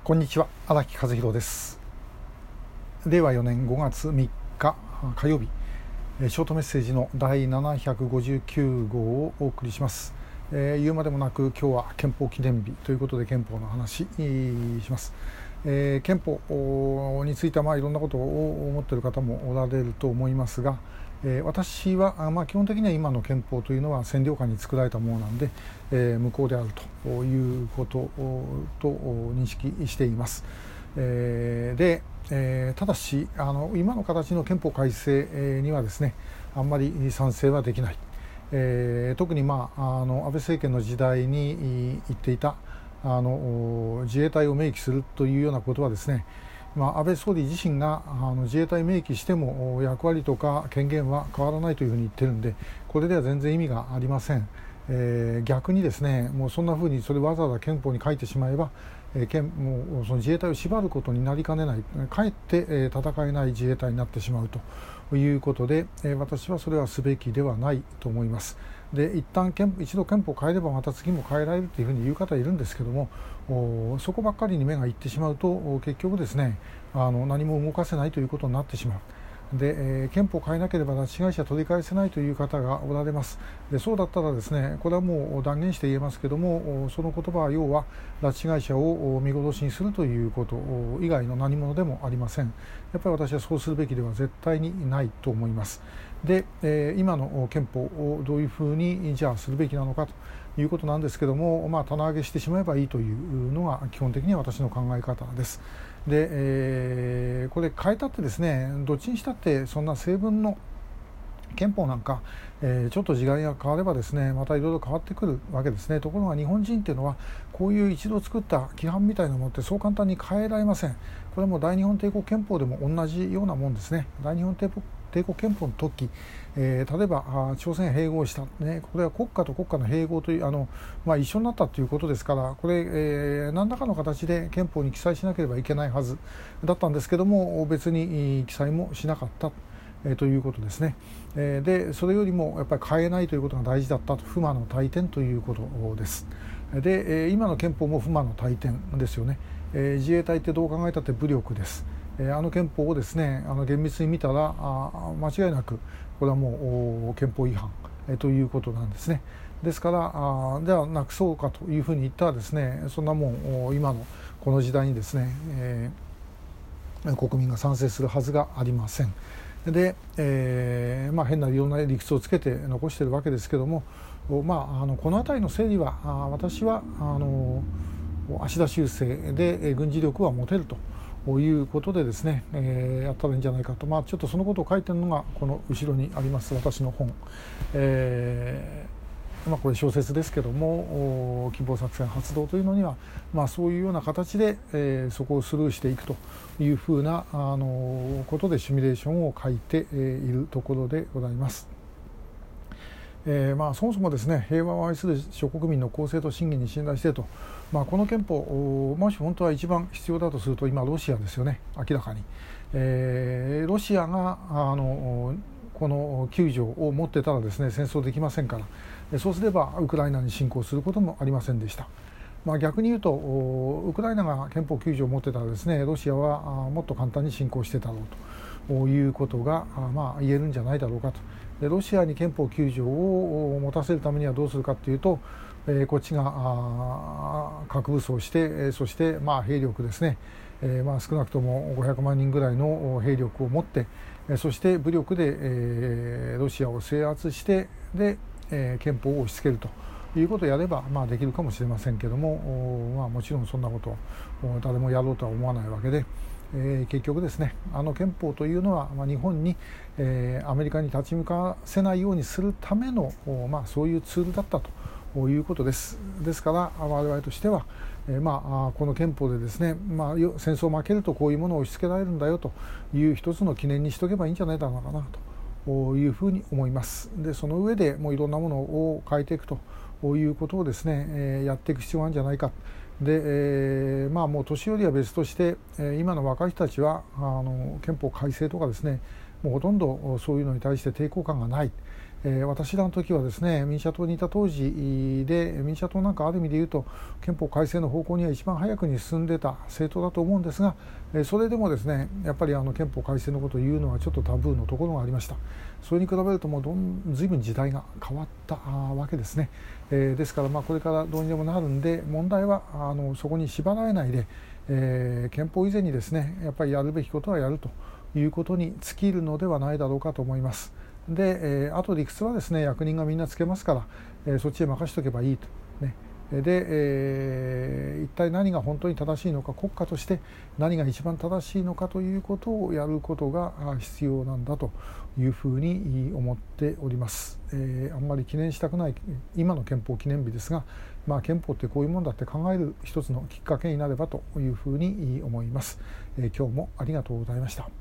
こんにちは、荒木和弘です。令和4年5月3日火曜日、ショートメッセージの第759号をお送りします。言うまでもなく今日は憲法記念日ということで憲法の話します。憲法についてはいろんなことを思っている方もおられると思いますが、私は基本的には今の憲法というのは占領下に作られたものなんで、無効であるということと認識しています。ただし今の形の憲法改正にはですね、あんまり賛成はできない。特に安倍政権の時代に言っていた自衛隊を明記するというようなことはですね、安倍総理自身が自衛隊明記しても役割とか権限は変わらないというふうに言っているので、これでは全然意味がありません。逆にですね、もうそんなふうにそれわざわざ憲法に書いてしまえば、もうその自衛隊を縛ることになりかねない、かえって戦えない自衛隊になってしまうということで、私はそれはすべきではないと思います。で、一度憲法を変えればまた次も変えられるというふうに言う方いるんですけども、そこばっかりに目がいってしまうと結局ですね、何も動かせないということになってしまう。で、憲法を変えなければ拉致被害者取り返せないという方がおられます。で、そうだったらですね、これはもう断言して言えますけども、その言葉は要は拉致被害者を見殺しにするということ以外の何者でもありません。やっぱり私はそうするべきでは絶対にないと思います。で、今の憲法をどういうふうにじゃあするべきなのかということなんですけども、棚上げしてしまえばいいというのが基本的には私の考え方です。で、これ変えたってですね、どっちにしたってそんな成文の憲法なんか、ちょっと時代が変わればですね、またいろいろ変わってくるわけですね。ところが日本人っていうのはこういう一度作った規範みたいなものってそう簡単に変えられません。これも大日本帝国憲法でも同じようなもんですね。大日本帝国憲法の時、例えば朝鮮併合した、ね、これは国家と国家の併合という一緒になったということですから、これ、何らかの形で憲法に記載しなければいけないはずだったんですけども、別に記載もしなかった。ということですね。で、それよりもやっぱり変えないということが大事だったと、不満の大点ということです。で、今の憲法も不満の大点ですよね。自衛隊ってどう考えたって武力です。憲法をですね、厳密に見たら間違いなくこれはもう憲法違反ということなんですね。ですからではなくそうかというふうに言ったらですね、そんなもん今のこの時代にですね、国民が賛成するはずがありません。で、変ないろんな理屈をつけて残しているわけですけども、この辺りの整理は私は芦田修正で軍事力は持てるということでですね、やったらいいんじゃないかと、ちょっとそのことを書いているのがこの後ろにあります私の本、これ小説ですけども、希望作戦発動というのには、そういうような形で、そこをスルーしていくというふうなことでシミュレーションを書いているところでございます。そもそもですね、平和を愛する諸国民の公正と信義に信頼していると、この憲法もし本当は一番必要だとすると今ロシアですよね、明らかに。ロシアがこの9条を持ってたらですね、戦争できませんから、そうすればウクライナに侵攻することもありませんでした。逆に言うとウクライナが憲法9条を持ってたらですね、ロシアはもっと簡単に侵攻してたろうということが言えるんじゃないだろうかと。で、ロシアに憲法9条を持たせるためにはどうするかというと、こっちが核武装して、そして兵力ですね、少なくとも500万人ぐらいの兵力を持って、そして武力で、ロシアを制圧してで、憲法を押し付けるということをやればできるかもしれませんけども、もちろんそんなことを誰もやろうとは思わないわけで、結局ですね、憲法というのは日本に、アメリカに立ち向かせないようにするための、そういうツールだったということです。ですから我々としては、この憲法でですね、戦争を負けるとこういうものを押し付けられるんだよという一つの記念にしておけばいいんじゃないだろうかなというふうに思います。で、その上でもういろんなものを変えていくということをですね、やっていく必要があるんじゃないか。で、もう年寄りは別として、今の若い人たちは憲法改正とかですね、もうほとんどそういうのに対して抵抗感がない。 私らの時はですね、民社党にいた当時で、民社党なんかある意味で言うと憲法改正の方向には一番早くに進んでた政党だと思うんですが、それでもですねやっぱり憲法改正のことを言うのはちょっとタブーのところがありました。それに比べるともう随分時代が変わったわけですね。ですからこれからどうにでもなるんで、問題はそこに縛られないで、憲法以前にですねやっぱりやるべきことはやるということに尽きるのではないだろうかと思います。で、あと理屈はですね役人がみんなつけますから、そっちへ任せておけばいいと、ね、で、一体何が本当に正しいのか、国家として何が一番正しいのかということをやることが必要なんだというふうに思っております。あんまり記念したくない今の憲法記念日ですが、憲法ってこういうもんだって考える一つのきっかけになればというふうに思います。今日もありがとうございました。